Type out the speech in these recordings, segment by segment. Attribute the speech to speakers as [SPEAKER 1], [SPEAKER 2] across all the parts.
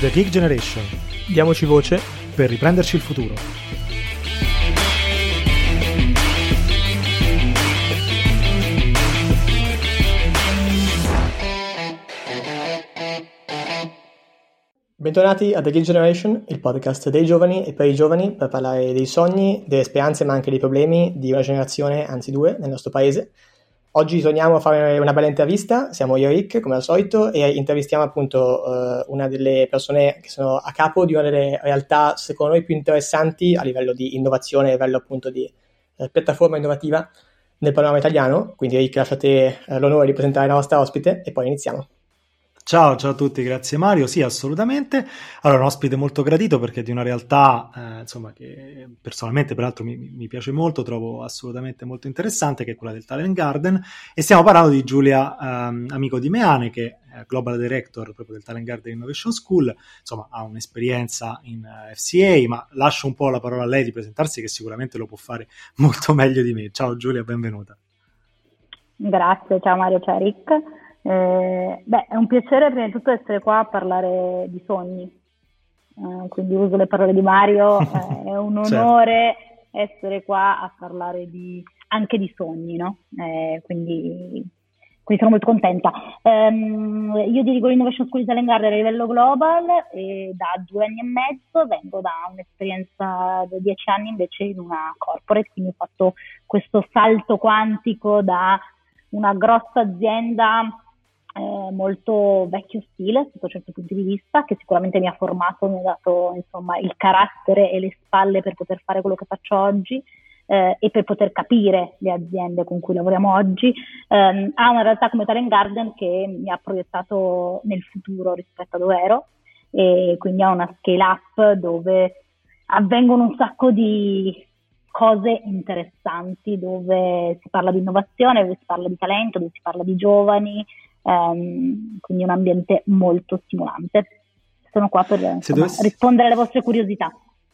[SPEAKER 1] The Geek Generation.
[SPEAKER 2] Diamoci voce
[SPEAKER 1] per riprenderci il futuro.
[SPEAKER 2] Bentornati a The Geek Generation, il podcast dei giovani e per i giovani per parlare dei sogni, delle speranze ma anche dei problemi di una generazione, anzi due, nel nostro paese. Oggi torniamo a fare una bella intervista, siamo io e Rick come al solito e intervistiamo appunto una delle persone che sono a capo di una delle realtà secondo noi più interessanti a livello di innovazione, a livello appunto di piattaforma innovativa nel panorama italiano. Quindi Rick, lasciate l'onore di presentare la nostra ospite e poi iniziamo.
[SPEAKER 1] Ciao a tutti, grazie Mario. Sì, assolutamente. Allora, un ospite molto gradito perché è di una realtà, insomma, che personalmente peraltro mi piace molto, trovo assolutamente molto interessante, che è quella del Talent Garden. E stiamo parlando di Giulia Amico di Meane, che è Global Director proprio del Talent Garden Innovation School. Insomma, ha un'esperienza in FCA, ma lascio un po' la parola a lei di presentarsi, che sicuramente lo può fare molto meglio di me. Ciao Giulia, benvenuta.
[SPEAKER 3] Grazie, ciao Mario, ciao Rick. È un piacere prima di tutto essere qua a parlare di sogni, quindi uso le parole di Mario, è un onore essere qua a parlare anche di sogni, no? Quindi sono molto contenta. Io dirigo l'Innovation School di Talent Garden a livello global e da 2 anni e mezzo vengo da un'esperienza da 10 anni invece in una corporate, quindi ho fatto questo salto quantico da una grossa azienda molto vecchio stile sotto certi punti di vista, che sicuramente mi ha formato, mi ha dato insomma il carattere e le spalle per poter fare quello che faccio oggi e per poter capire le aziende con cui lavoriamo oggi, a una realtà come Talent Garden che mi ha proiettato nel futuro rispetto a dove ero, e quindi a una scale up dove avvengono un sacco di cose interessanti, dove si parla di innovazione, dove si parla di talento, dove si parla di giovani, quindi un ambiente molto stimolante. Sono qua per rispondere alle vostre curiosità.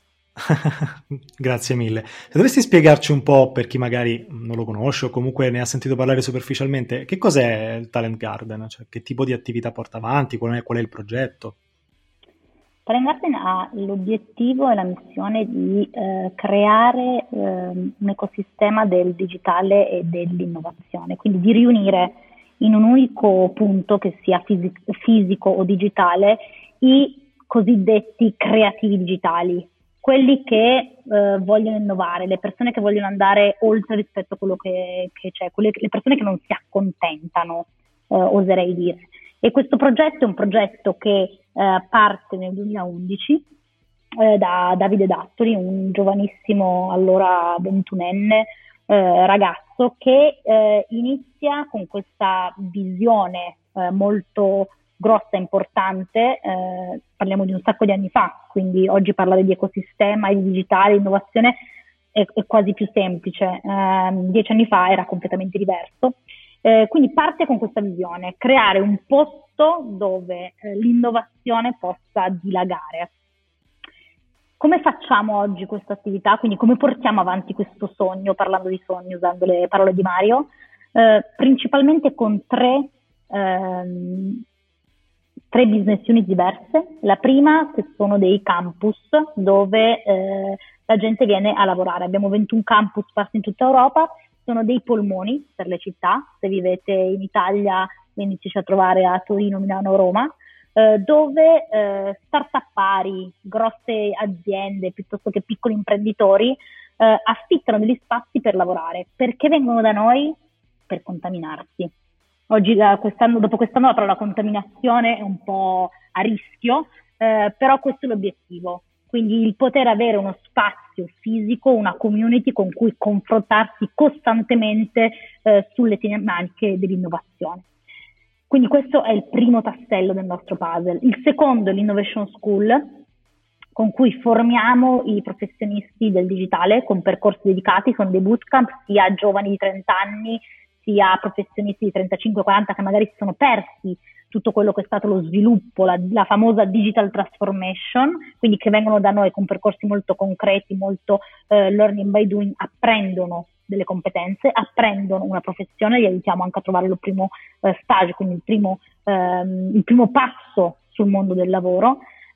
[SPEAKER 1] Grazie mille. Se dovessi spiegarci un po', per chi magari non lo conosce o comunque ne ha sentito parlare superficialmente, che cos'è il Talent Garden? Cioè, che tipo di attività porta avanti? Qual è il progetto?
[SPEAKER 3] Talent Garden ha l'obiettivo e la missione di creare un ecosistema del digitale e dell'innovazione, quindi di riunire in un unico punto, che sia fisico o digitale, i cosiddetti creativi digitali, quelli che vogliono innovare, le persone che vogliono andare oltre rispetto a quello che c'è, le persone che non si accontentano, oserei dire. E questo progetto è un progetto che parte nel 2011 da Davide Dattoli, un giovanissimo, allora 21enne ragazzo, che inizia con questa visione molto grossa e importante, parliamo di un sacco di anni fa, quindi oggi parlare di ecosistema, di digitale, innovazione è quasi più semplice, 10 anni fa era completamente diverso. Quindi parte con questa visione, creare un posto dove l'innovazione possa dilagare. Come facciamo oggi questa attività? Quindi come portiamo avanti questo sogno, parlando di sogni, usando le parole di Mario? Principalmente con tre business unit diverse. La prima, che sono dei campus dove la gente viene a lavorare. Abbiamo 21 campus sparsi in tutta Europa. Sono dei polmoni per le città. Se vivete in Italia, veniteci a trovare a Torino, Milano, Roma, dove start-upari, grosse aziende piuttosto che piccoli imprenditori affittano degli spazi per lavorare. Perché vengono da noi? Per contaminarsi. Oggi, dopo quest'anno, la parola contaminazione è un po' a rischio, però questo è l'obiettivo. Quindi il poter avere uno spazio fisico, una community con cui confrontarsi costantemente sulle tematiche dell'innovazione. Quindi questo è il primo tassello del nostro puzzle. Il secondo è l'Innovation School, con cui formiamo i professionisti del digitale con percorsi dedicati, con dei bootcamp sia a giovani di 30 anni, sia a professionisti di 35-40 che magari si sono persi tutto quello che è stato lo sviluppo, la famosa digital transformation, quindi che vengono da noi con percorsi molto concreti, molto learning by doing, apprendono delle competenze, apprendono una professione, li aiutiamo anche a trovare il primo stage, quindi il primo passo sul mondo del lavoro,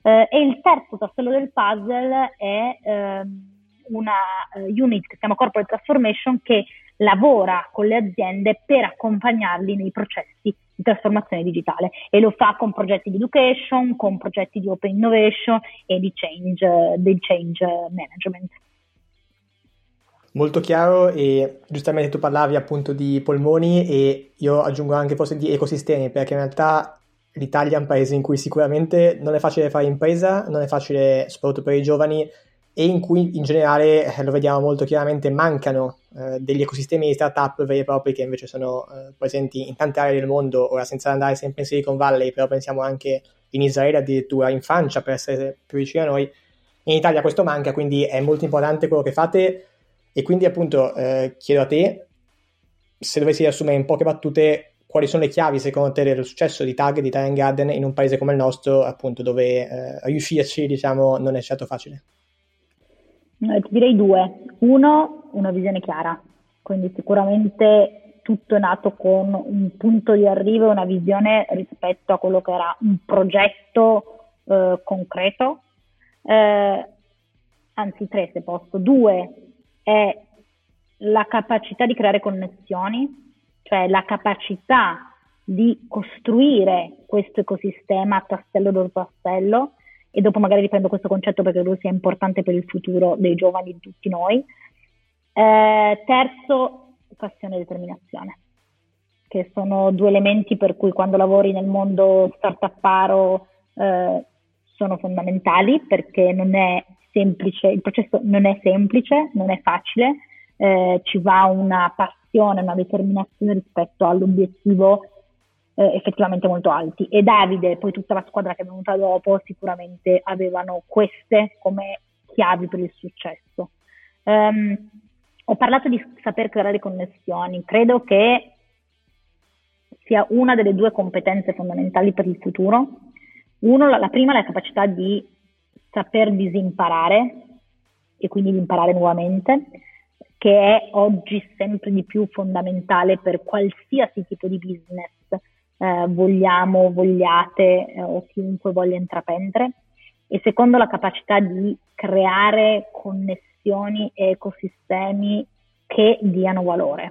[SPEAKER 3] E il terzo tassello del puzzle è una unit che si chiama Corporate Transformation, che lavora con le aziende per accompagnarli nei processi di trasformazione digitale, e lo fa con progetti di education, con progetti di open innovation e di del change management.
[SPEAKER 2] Molto chiaro, e giustamente tu parlavi appunto di polmoni e io aggiungo anche forse di ecosistemi, perché in realtà l'Italia è un paese in cui sicuramente non è facile fare impresa, non è facile soprattutto per i giovani, e in cui in generale lo vediamo molto chiaramente, mancano degli ecosistemi di startup veri e propri che invece sono presenti in tante aree del mondo. Ora, senza andare sempre in Silicon Valley, però pensiamo anche in Israele, addirittura in Francia, per essere più vicino a noi. In Italia questo manca, quindi è molto importante quello che fate. E quindi appunto chiedo a te, se dovessi riassumere in poche battute, quali sono le chiavi secondo te del successo di TAG, di Talent Garden, in un paese come il nostro, appunto, dove riuscirci, diciamo, non è certo facile?
[SPEAKER 3] Ti direi due. Uno, una visione chiara, quindi sicuramente tutto è nato con un punto di arrivo e una visione rispetto a quello che era un progetto concreto, anzi tre se posso. Due è la capacità di creare connessioni, cioè la capacità di costruire questo ecosistema tassello dopo tassello, e dopo magari riprendo questo concetto perché credo sia importante per il futuro dei giovani, di tutti noi. Terzo, passione e determinazione, che sono due elementi per cui quando lavori nel mondo startuparo sono fondamentali, perché non è semplice, il processo non è semplice, non è facile, ci va una passione, una determinazione rispetto all'obiettivo effettivamente molto alti, e Davide e poi tutta la squadra che è venuta dopo sicuramente avevano queste come chiavi per il successo. Ho parlato di saper creare connessioni, credo che sia una delle due competenze fondamentali per il futuro. La prima è la capacità di saper disimparare e quindi di imparare nuovamente, che è oggi sempre di più fondamentale per qualsiasi tipo di business vogliate o chiunque voglia intraprendere. E secondo, la capacità di creare connessioni e ecosistemi che diano valore.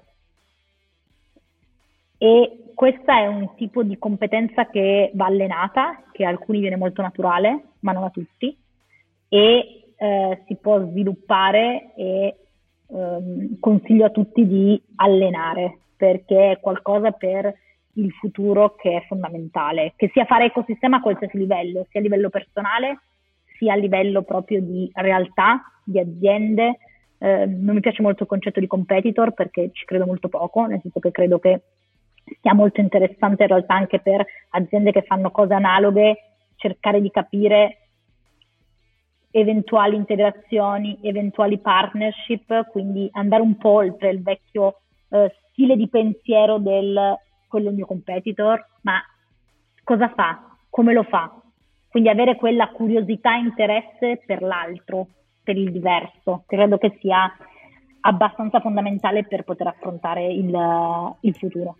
[SPEAKER 3] E questa è un tipo di competenza che va allenata, che a alcuni viene molto naturale, ma non a tutti, e si può sviluppare, e consiglio a tutti di allenare, perché è qualcosa per il futuro che è fondamentale, che sia fare ecosistema a qualsiasi livello, sia a livello personale, sia a livello proprio di realtà, di aziende. Non mi piace molto il concetto di competitor, perché ci credo molto poco, nel senso che credo che sia molto interessante in realtà anche per aziende che fanno cose analoghe cercare di capire eventuali integrazioni, eventuali partnership, quindi andare un po' oltre il vecchio stile di pensiero del quello è il mio competitor, ma cosa fa? Come lo fa? Quindi avere quella curiosità e interesse per l'altro, per il diverso, credo che sia abbastanza fondamentale per poter affrontare il futuro.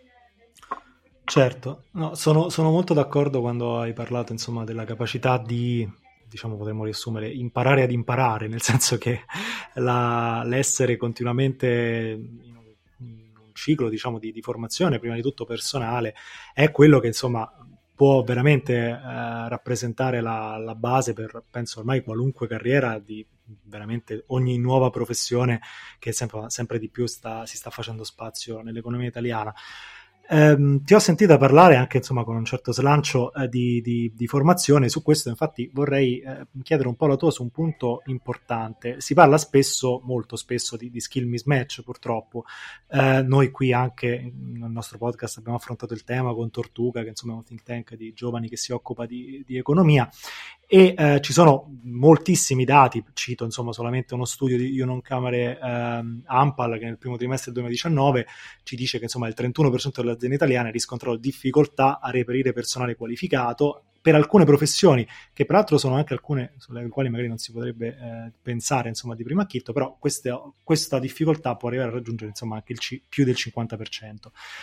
[SPEAKER 1] Certo, no, sono molto d'accordo quando hai parlato, insomma, della capacità di, diciamo, potremmo riassumere, imparare ad imparare, nel senso che l'essere continuamente in un ciclo, diciamo, di formazione, prima di tutto personale, è quello che, insomma, può veramente rappresentare la base per, penso, ormai qualunque carriera, di veramente ogni nuova professione che sempre di più si sta facendo spazio nell'economia italiana. Ti ho sentito parlare anche, insomma, con un certo slancio di formazione. Su questo infatti vorrei chiedere un po' la tua su un punto importante. Si parla spesso, molto spesso, di skill mismatch, purtroppo. Noi qui anche nel nostro podcast abbiamo affrontato il tema con Tortuga, che insomma è un think tank di giovani che si occupa di economia, e ci sono moltissimi dati. Cito, insomma, solamente uno studio di Unioncamere Ampal, che nel primo trimestre del 2019 ci dice che, insomma, il 31% delle aziende italiane ha riscontrato difficoltà a reperire personale qualificato per alcune professioni, che peraltro sono anche alcune sulle quali magari non si potrebbe pensare, insomma, di primo acchito, però questa difficoltà può arrivare a raggiungere, insomma, anche più del 50%.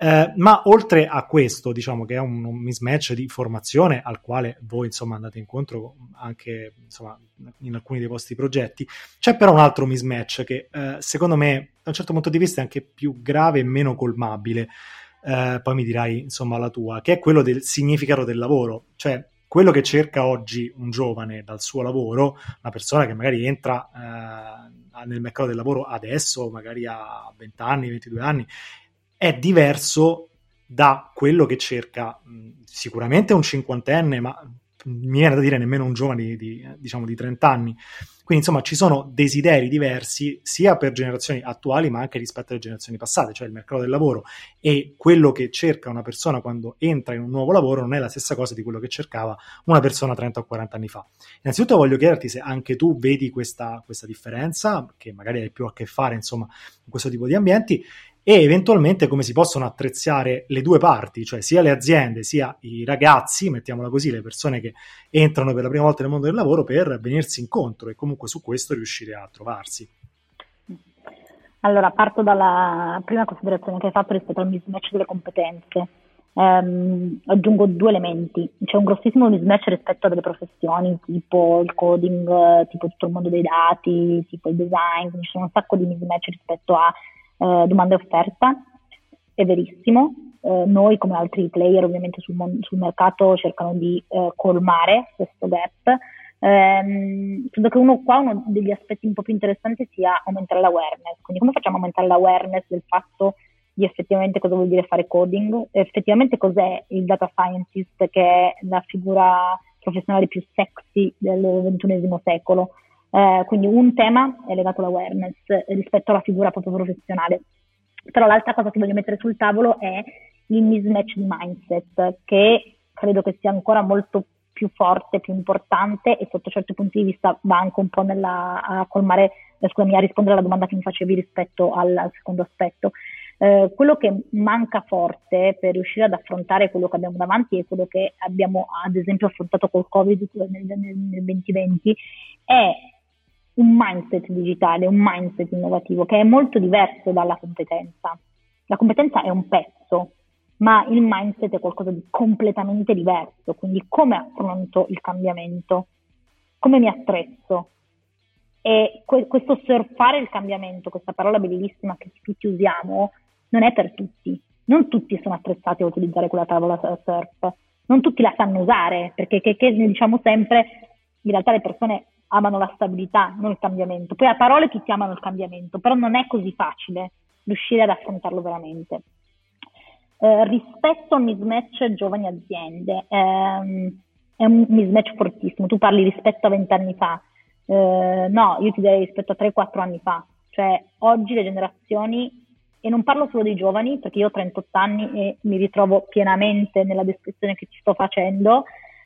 [SPEAKER 1] Ma oltre a questo, diciamo che è un mismatch di formazione al quale voi insomma andate incontro anche insomma in alcuni dei vostri progetti, c'è però un altro mismatch che secondo me da un certo punto di vista è anche più grave e meno colmabile, poi mi dirai insomma la tua, che è quello del significato del lavoro, cioè quello che cerca oggi un giovane dal suo lavoro, una persona che magari entra nel mercato del lavoro adesso, magari a 20 anni, 22 anni, è diverso da quello che cerca sicuramente un cinquantenne, ma mi viene da dire nemmeno un giovane diciamo di 30 anni. Quindi insomma ci sono desideri diversi sia per generazioni attuali ma anche rispetto alle generazioni passate, cioè il mercato del lavoro e quello che cerca una persona quando entra in un nuovo lavoro non è la stessa cosa di quello che cercava una persona 30 o 40 anni fa. Innanzitutto voglio chiederti se anche tu vedi questa differenza, che magari hai più a che fare insomma in questo tipo di ambienti, e eventualmente come si possono attrezzare le due parti, cioè sia le aziende sia i ragazzi, mettiamola così, le persone che entrano per la prima volta nel mondo del lavoro, per venirsi incontro e comunque su questo riuscire a trovarsi.
[SPEAKER 3] Allora, parto dalla prima considerazione che hai fatto rispetto al mismatch delle competenze. Aggiungo 2 elementi. C'è un grossissimo mismatch rispetto a delle professioni tipo il coding, tipo tutto il mondo dei dati, tipo il design, quindi ci sono un sacco di mismatch rispetto a domanda e offerta, è verissimo. Noi come altri player ovviamente sul mercato cercano di colmare questo gap. Credo che uno degli aspetti un po' più interessanti sia aumentare l'awareness, quindi come facciamo a aumentare l'awareness del fatto di effettivamente cosa vuol dire fare coding, effettivamente cos'è il data scientist, che è la figura professionale più sexy del XXI secolo. Quindi un tema è legato all'awareness rispetto alla figura proprio professionale. Però l'altra cosa che voglio mettere sul tavolo è il mismatch di mindset, che credo che sia ancora molto più forte, più importante, e sotto certi punti di vista va anche un po' a rispondere alla domanda che mi facevi rispetto al secondo aspetto. Quello che manca forte per riuscire ad affrontare quello che abbiamo davanti e quello che abbiamo ad esempio affrontato col Covid nel 2020 è un mindset digitale, un mindset innovativo che è molto diverso dalla competenza. La competenza è un pezzo, ma il mindset è qualcosa di completamente diverso. Quindi come affronto il cambiamento? Come mi attrezzo? E questo surfare il cambiamento, questa parola bellissima che tutti usiamo, non è per tutti. Non tutti sono attrezzati a utilizzare quella tavola surf. Non tutti la sanno usare, perché che ne diciamo sempre, in realtà le persone amano la stabilità, non il cambiamento. Poi a parole tutti amano il cambiamento, però non è così facile riuscire ad affrontarlo veramente. Rispetto al mismatch giovani aziende, è un mismatch fortissimo. Tu parli rispetto a 20 anni fa, no, io ti direi rispetto a 3-4 anni fa. Cioè oggi le generazioni, e non parlo solo dei giovani perché io ho 38 anni e mi ritrovo pienamente nella descrizione che ci sto facendo,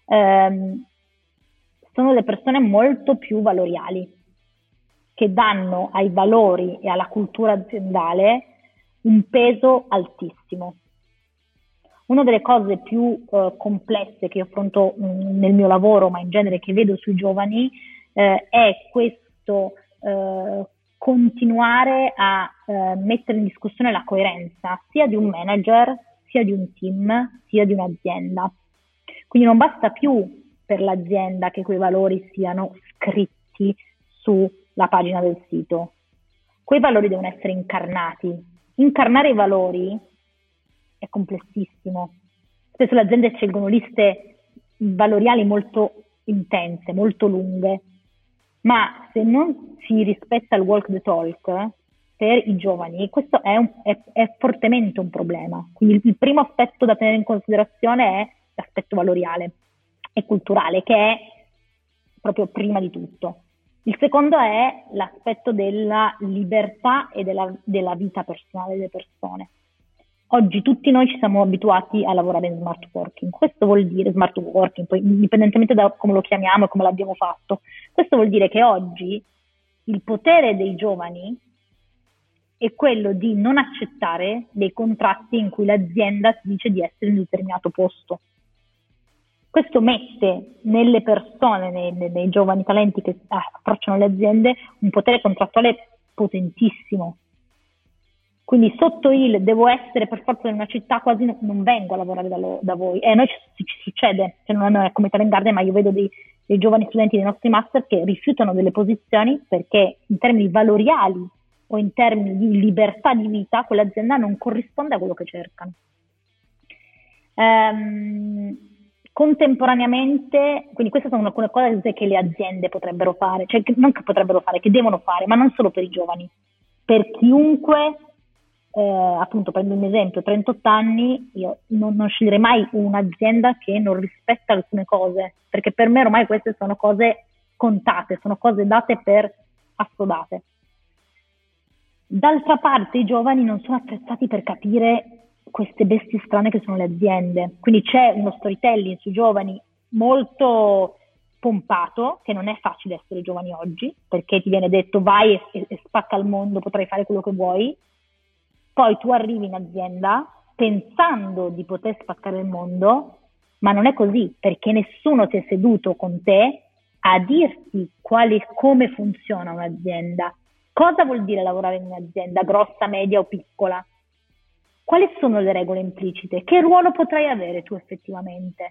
[SPEAKER 3] sono le persone molto più valoriali, che danno ai valori e alla cultura aziendale un peso altissimo. Una delle cose più complesse che io affronto nel mio lavoro, ma in genere che vedo sui giovani, è questo continuare a mettere in discussione la coerenza sia di un manager, sia di un team, sia di un'azienda. Quindi non basta più per l'azienda che quei valori siano scritti sulla pagina del sito. Quei valori devono essere incarnati. Incarnare i valori è complessissimo. Spesso le aziende scelgono liste valoriali molto intense, molto lunghe, ma se non si rispetta il walk the talk per i giovani, questo è fortemente un problema. Quindi il primo aspetto da tenere in considerazione è l'aspetto valoriale e culturale, che è proprio prima di tutto. Il secondo è l'aspetto della libertà e della vita personale delle persone. Oggi tutti noi ci siamo abituati a lavorare in smart working. Questo vuol dire smart working, poi indipendentemente da come lo chiamiamo e come l'abbiamo fatto. Questo vuol dire che oggi il potere dei giovani è quello di non accettare dei contratti in cui l'azienda ti dice di essere in un determinato posto. Questo mette nelle persone, nei giovani talenti che approcciano le aziende, un potere contrattuale potentissimo. Quindi sotto il devo essere per forza in una città, quasi non vengo a lavorare da voi. E a noi ci succede, cioè non è come Talent Garden, ma io vedo dei giovani studenti dei nostri master che rifiutano delle posizioni perché in termini valoriali o in termini di libertà di vita quell'azienda non corrisponde a quello che cercano. Contemporaneamente, quindi queste sono alcune cose che le aziende potrebbero fare, cioè non che potrebbero fare, che devono fare, ma non solo per i giovani, per chiunque. Appunto prendo un esempio, 38 anni, io non sceglierei mai un'azienda che non rispetta alcune cose, perché per me ormai queste sono cose contate, sono cose date per assodate. D'altra parte i giovani non sono attrezzati per capire queste bestie strane che sono le aziende, quindi c'è uno storytelling sui giovani molto pompato, che non è facile essere giovani oggi, perché ti viene detto vai e spacca il mondo, potrai fare quello che vuoi. Poi tu arrivi in azienda pensando di poter spaccare il mondo, ma non è così, perché nessuno si è seduto con te a dirti come funziona un'azienda. Cosa vuol dire lavorare in un'azienda grossa, media o piccola? Quali sono le regole implicite? Che ruolo potrai avere tu effettivamente?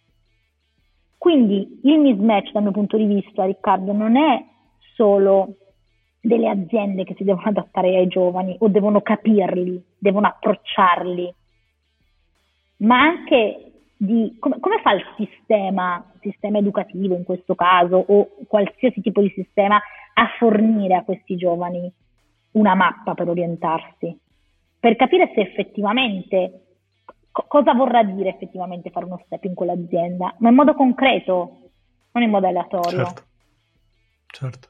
[SPEAKER 3] Quindi il mismatch dal mio punto di vista, Riccardo, non è solo delle aziende che si devono adattare ai giovani o devono capirli, devono approcciarli, ma anche di come fa il sistema educativo in questo caso o qualsiasi tipo di sistema a fornire a questi giovani una mappa per orientarsi, per capire se effettivamente cosa vorrà dire effettivamente fare uno step in quell'azienda, ma in modo concreto, non in modo aleatorio.
[SPEAKER 1] Certo.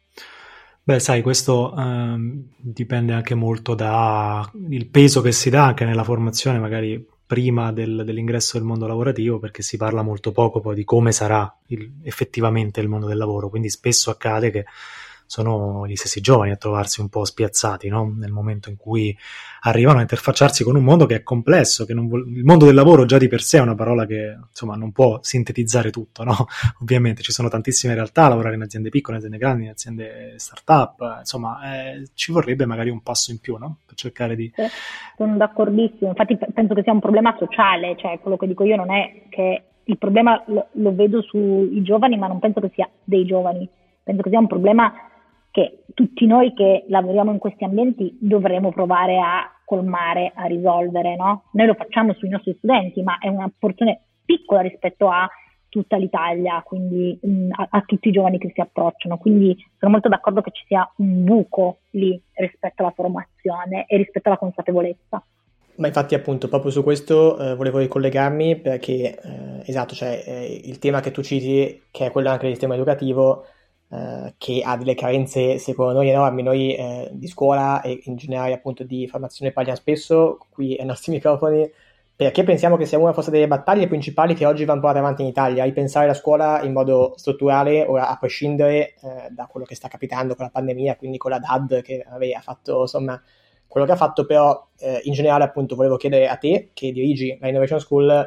[SPEAKER 1] Beh, sai, questo dipende anche molto dal peso che si dà anche nella formazione, magari prima dell'ingresso del mondo lavorativo, perché si parla molto poco poi di come sarà effettivamente il mondo del lavoro, quindi spesso accade che sono gli stessi giovani a trovarsi un po' spiazzati, no? Nel momento in cui arrivano a interfacciarsi con un mondo che è complesso, che il mondo del lavoro già di per sé è una parola che insomma non può sintetizzare tutto, no? Ovviamente ci sono tantissime realtà, lavorare in aziende piccole, in aziende grandi, in aziende start-up, insomma ci vorrebbe magari un passo in più, no? Per cercare di...
[SPEAKER 3] Sono d'accordissimo, infatti penso che sia un problema sociale, cioè quello che dico io non è che il problema lo vedo sui giovani, ma non penso che sia dei giovani, penso che sia un problema che tutti noi che lavoriamo in questi ambienti dovremo provare a colmare, a risolvere, no? Noi lo facciamo sui nostri studenti, ma è una porzione piccola rispetto a tutta l'Italia, quindi a tutti i giovani che si approcciano, quindi sono molto d'accordo che ci sia un buco lì rispetto alla formazione e rispetto alla consapevolezza.
[SPEAKER 2] Ma infatti appunto proprio su questo volevo ricollegarmi perché esatto, cioè il tema che tu citi, che è quello anche del sistema educativo, che ha delle carenze secondo noi enormi. Noi di scuola e in generale appunto di formazione parliamo spesso qui ai nostri microfoni perché pensiamo che sia una forse delle battaglie principali che oggi vanno portate avanti in Italia, ripensare la scuola in modo strutturale, ora a prescindere da quello che sta capitando con la pandemia, quindi con la DAD che ha fatto insomma quello che ha fatto, però in generale appunto volevo chiedere a te che dirigi la Innovation School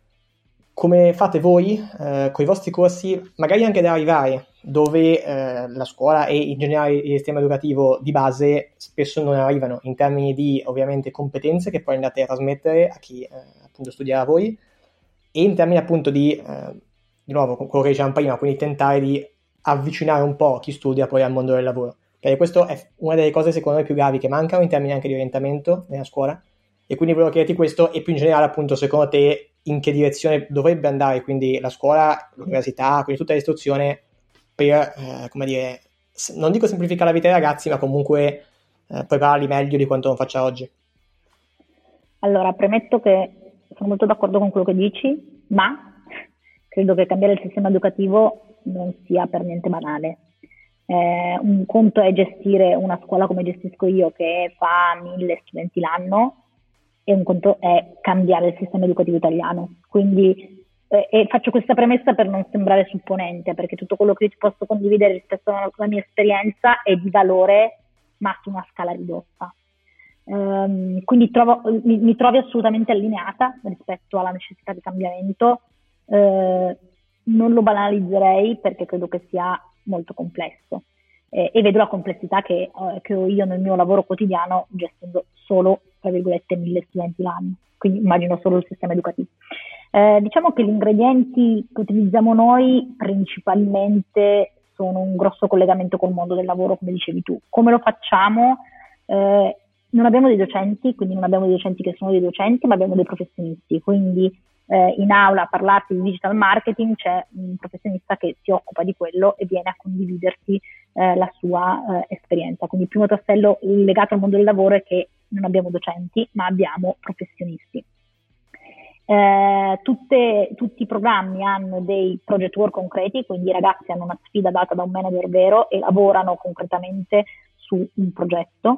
[SPEAKER 2] come fate voi con i vostri corsi, magari anche da arrivare dove la scuola e in generale il sistema educativo di base spesso non arrivano in termini di ovviamente competenze che poi andate a trasmettere a chi appunto studia da voi e in termini appunto di nuovo quello che dicevamo prima, quindi tentare di avvicinare un po' chi studia poi al mondo del lavoro, perché questo è una delle cose secondo me più gravi che mancano in termini anche di orientamento nella scuola, e quindi volevo chiederti questo e più in generale appunto secondo te in che direzione dovrebbe andare quindi la scuola, l'università, quindi tutta l'istruzione per, come dire, non dico semplificare la vita dei ragazzi, ma comunque prepararli meglio di quanto non faccia oggi.
[SPEAKER 3] Allora, premetto che sono molto d'accordo con quello che dici, ma credo che cambiare il sistema educativo non sia per niente banale. Un conto è gestire una scuola come gestisco io, che fa 1000 studenti l'anno, e un conto è cambiare il sistema educativo italiano. Quindi e faccio questa premessa per non sembrare supponente, perché tutto quello che io ti posso condividere rispetto alla mia esperienza è di valore, ma su una scala ridotta. Quindi mi trovi assolutamente allineata rispetto alla necessità di cambiamento. Non lo banalizzerei perché credo che sia molto complesso e vedo la complessità che ho io nel mio lavoro quotidiano gestendo solo, tra virgolette, 1000 studenti l'anno, quindi immagino solo il sistema educativo. Diciamo che gli ingredienti che utilizziamo noi principalmente sono un grosso collegamento col mondo del lavoro, come dicevi tu. Come lo facciamo? Non abbiamo dei docenti, quindi non abbiamo dei docenti che sono dei docenti, ma abbiamo dei professionisti, quindi in aula a parlarti di digital marketing c'è un professionista che si occupa di quello e viene a condividerti la sua esperienza. Quindi il primo tassello legato al mondo del lavoro è che non abbiamo docenti, ma abbiamo professionisti. Tutti i programmi hanno dei project work concreti, quindi i ragazzi hanno una sfida data da un manager vero e lavorano concretamente su un progetto.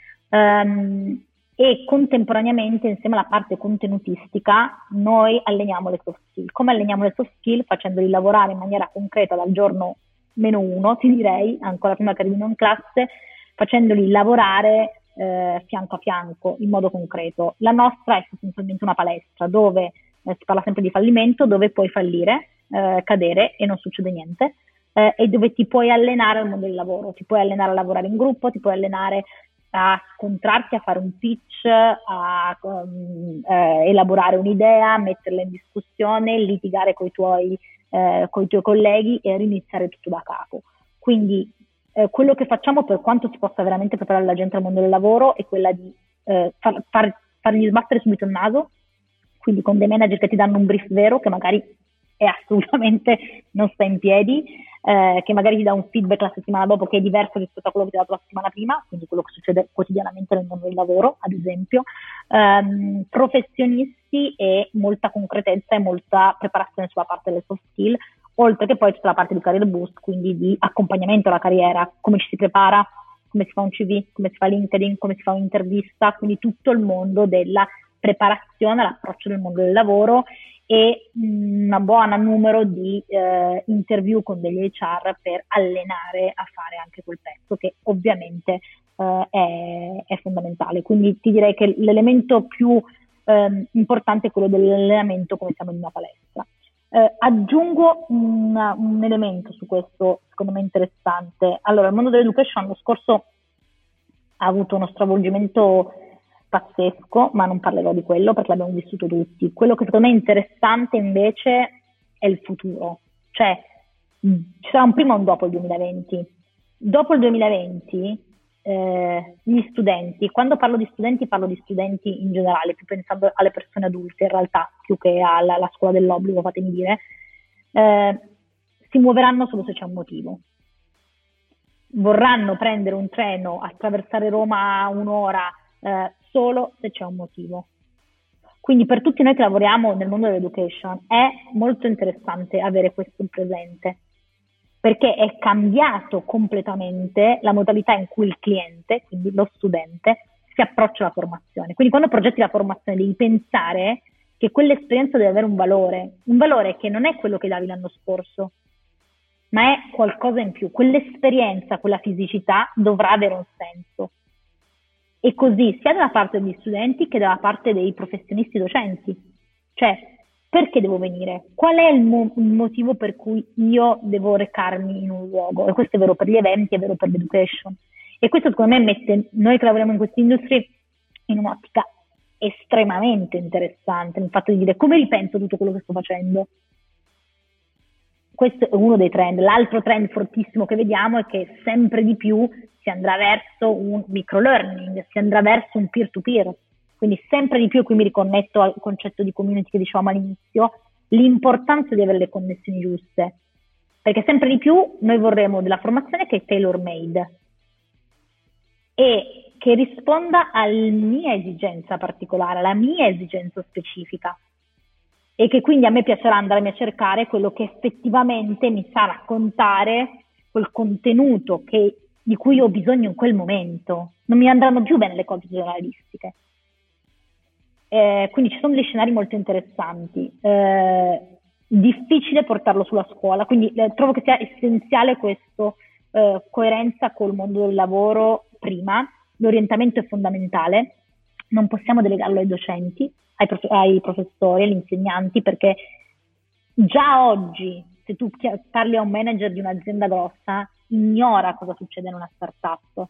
[SPEAKER 3] E contemporaneamente, insieme alla parte contenutistica, noi alleniamo le soft skill. Come alleniamo le soft skill? Facendoli lavorare in maniera concreta dal giorno -1, ti direi, ancora prima che arrivino in classe, facendoli lavorare fianco a fianco, in modo concreto. La nostra è sostanzialmente una palestra dove si parla sempre di fallimento, dove puoi fallire, cadere e non succede niente, e dove ti puoi allenare al mondo del lavoro, ti puoi allenare a lavorare in gruppo, ti puoi allenare a scontrarti, a fare un pitch, a elaborare un'idea, metterla in discussione, litigare coi tuoi colleghi e riniziare tutto da capo. Quindi quello che facciamo, per quanto si possa veramente preparare la gente al mondo del lavoro, è quella di fargli sbattere subito il naso, quindi con dei manager che ti danno un brief vero, che magari è assolutamente non sta in piedi, che magari ti dà un feedback la settimana dopo che è diverso rispetto a quello che ti ha dato la settimana prima, quindi quello che succede quotidianamente nel mondo del lavoro, ad esempio, professionisti e molta concretezza e molta preparazione sulla parte delle soft skill, oltre che poi tutta la parte di career boost, quindi di accompagnamento alla carriera, come ci si prepara, come si fa un CV, come si fa LinkedIn, come si fa un'intervista, quindi tutto il mondo della preparazione, l'approccio del mondo del lavoro e una buona numero di interview con degli HR per allenare a fare anche quel pezzo che ovviamente è fondamentale. Quindi ti direi che l'elemento più importante è quello dell'allenamento come siamo in una palestra. Aggiungo un elemento su questo, secondo me interessante. Allora, il mondo dell'education l'anno scorso ha avuto uno stravolgimento pazzesco, ma non parlerò di quello perché l'abbiamo vissuto tutti. Quello che secondo me è interessante invece è il futuro, cioè ci sarà un prima e un dopo il 2020. Dopo il 2020 gli studenti, quando parlo di studenti in generale, più pensando alle persone adulte in realtà, più che alla scuola dell'obbligo, fatemi dire, si muoveranno solo se c'è un motivo. Vorranno prendere un treno, attraversare Roma un'ora, solo se c'è un motivo. Quindi per tutti noi che lavoriamo nel mondo dell'education è molto interessante avere questo in presente, perché è cambiato completamente la modalità in cui il cliente, quindi lo studente, si approccia alla formazione. Quindi quando progetti la formazione devi pensare che quell'esperienza deve avere un valore che non è quello che davi l'anno scorso, ma è qualcosa in più. Quell'esperienza, quella fisicità dovrà avere un senso. E così sia dalla parte degli studenti che dalla parte dei professionisti docenti. Cioè, perché devo venire? Qual è il motivo per cui io devo recarmi in un luogo? E questo è vero per gli eventi, è vero per l'education. E questo secondo me mette noi che lavoriamo in questa industria in un'ottica estremamente interessante, il fatto di dire come ripenso tutto quello che sto facendo. Questo è uno dei trend. L'altro trend fortissimo che vediamo è che sempre di più si andrà verso un microlearning, si andrà verso un peer-to-peer. Quindi sempre di più, qui mi riconnetto al concetto di community che dicevamo all'inizio, l'importanza di avere le connessioni giuste. Perché sempre di più noi vorremmo della formazione che è tailor-made e che risponda alla mia esigenza particolare, alla mia esigenza specifica. E che quindi a me piacerà andarmi a cercare quello che effettivamente mi sa raccontare quel contenuto di cui ho bisogno in quel momento. Non mi andranno più bene le cose giornalistiche. Quindi ci sono degli scenari molto interessanti. Difficile portarlo sulla scuola, quindi trovo che sia essenziale questa coerenza col mondo del lavoro prima. L'orientamento è fondamentale, non possiamo delegarlo ai docenti, ai professori, agli insegnanti, perché già oggi, se tu parli a un manager di un'azienda grossa, ignora cosa succede in una startup.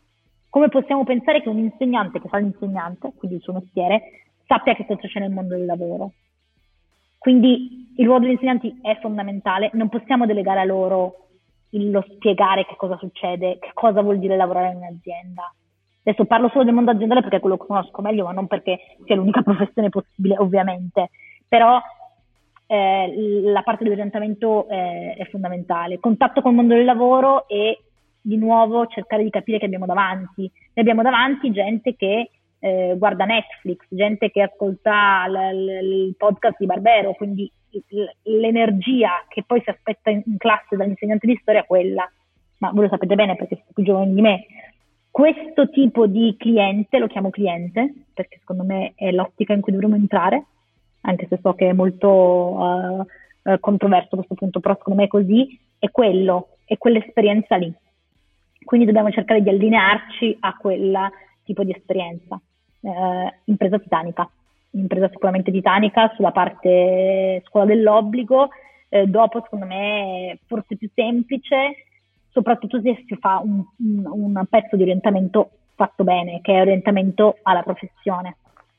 [SPEAKER 3] come possiamo pensare che un insegnante che fa l'insegnante, quindi il suo mestiere, sappia che cosa c'è nel mondo del lavoro? Quindi il ruolo degli insegnanti è fondamentale, non possiamo delegare a loro lo spiegare che cosa succede, che cosa vuol dire lavorare in un'azienda. Adesso parlo solo del mondo aziendale perché è quello che conosco meglio, ma non perché sia l'unica professione possibile, ovviamente. Però la parte dell'orientamento è fondamentale. Contatto col mondo del lavoro e di nuovo cercare di capire che abbiamo davanti. Noi abbiamo davanti gente che guarda Netflix, gente che ascolta il podcast di Barbero, quindi l'energia che poi si aspetta in classe dall'insegnante di storia è quella, ma voi lo sapete bene perché siete più giovani di me. Questo tipo di cliente, lo chiamo cliente, perché secondo me è l'ottica in cui dovremmo entrare, anche se so che è molto controverso a questo punto, però secondo me è così, è quell'esperienza lì. Quindi dobbiamo cercare di allinearci a quel tipo di esperienza. Impresa sicuramente titanica sulla parte scuola dell'obbligo, dopo secondo me forse più semplice, soprattutto se si fa un pezzo di orientamento fatto bene, che è orientamento alla professione.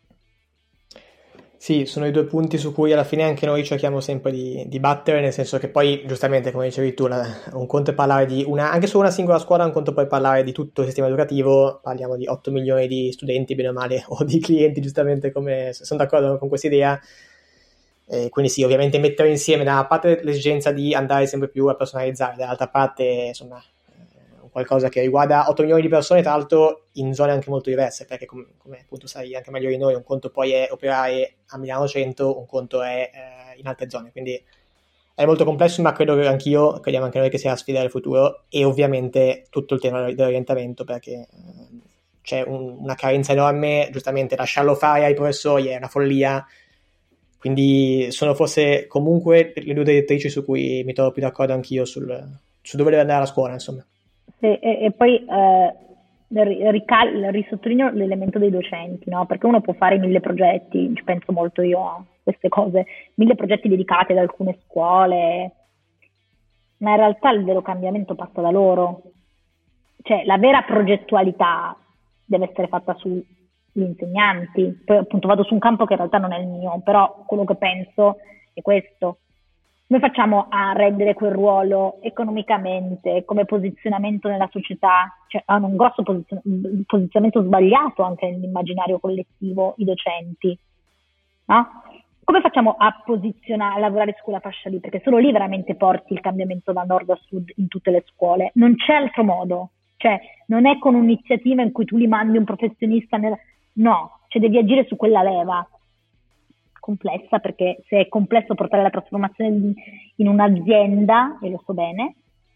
[SPEAKER 2] Sì, sono i due punti su cui alla fine anche noi cerchiamo sempre di battere, nel senso che poi, giustamente, come dicevi tu, un conto è parlare di anche solo una singola scuola, un conto poi parlare di tutto il sistema educativo, parliamo di 8 milioni di studenti, bene o male, o di clienti, giustamente, come sono d'accordo con questa idea. Quindi sì, ovviamente mettere insieme da una parte l'esigenza di andare sempre più a personalizzare, dall'altra parte, insomma, qualcosa che riguarda 8 milioni di persone, tra l'altro in zone anche molto diverse, perché come appunto sai anche meglio di noi, un conto poi è operare a Milano Centro, un conto è in altre zone, quindi è molto complesso, ma credo che crediamo anche noi che sia la sfida del futuro, e ovviamente tutto il tema dell'orientamento, perché c'è una carenza enorme, giustamente lasciarlo fare ai professori è una follia, quindi sono forse comunque le due direttrici su cui mi trovo più d'accordo anch'io su dove deve andare la scuola, insomma.
[SPEAKER 3] E poi risottolineo l'elemento dei docenti, no? Perché uno può fare 1000 progetti, ci penso molto io a queste cose, 1000 progetti dedicati ad alcune scuole, ma in realtà il vero cambiamento passa da loro. Cioè la vera progettualità deve essere fatta sugli insegnanti. Poi appunto vado su un campo che in realtà non è il mio, però quello che penso è questo. Come facciamo a rendere quel ruolo economicamente, come posizionamento nella società? Cioè, hanno un grosso posizionamento sbagliato anche nell'immaginario collettivo i docenti, no? Come facciamo a lavorare su quella fascia lì? Perché solo lì veramente porti il cambiamento da nord a sud in tutte le scuole. Non c'è altro modo. Cioè, non è con un'iniziativa in cui tu li mandi un professionista no, cioè devi agire su quella leva. Complessa, perché se è complesso portare la trasformazione in un'azienda, e lo so bene,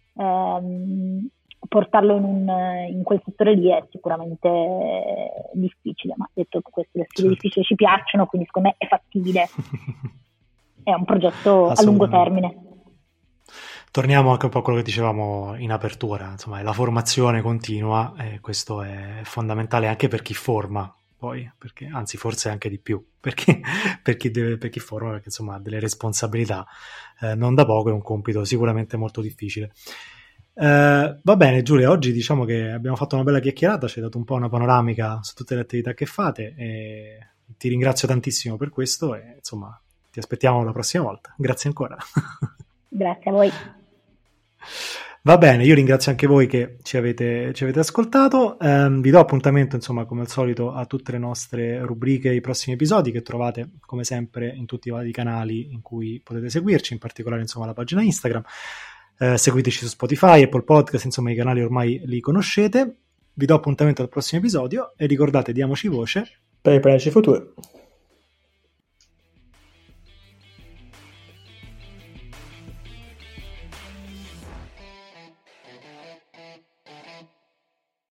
[SPEAKER 3] portarlo in quel settore lì è sicuramente difficile, ma detto che queste le sfide difficili ci piacciono, quindi secondo me è fattibile, è un progetto a lungo termine.
[SPEAKER 1] Torniamo anche un po' a quello che dicevamo in apertura, insomma, è la formazione continua, e questo è fondamentale anche per chi forma. Poi, perché anzi forse anche di più, per chi forma, perché insomma ha delle responsabilità non da poco, è un compito sicuramente molto difficile. Va bene Giulia, oggi diciamo che abbiamo fatto una bella chiacchierata, ci hai dato un po' una panoramica su tutte le attività che fate, e ti ringrazio tantissimo per questo, e insomma ti aspettiamo la prossima volta. Grazie ancora.
[SPEAKER 3] Grazie a voi.
[SPEAKER 1] Va bene, io ringrazio anche voi che ci avete ascoltato, vi do appuntamento insomma come al solito a tutte le nostre rubriche, i prossimi episodi che trovate come sempre in tutti i vari canali in cui potete seguirci, in particolare insomma la pagina Instagram, seguiteci su Spotify, Apple Podcast, insomma i canali ormai li conoscete. Vi do appuntamento al prossimo episodio e ricordate, diamoci voce
[SPEAKER 2] per il futuro.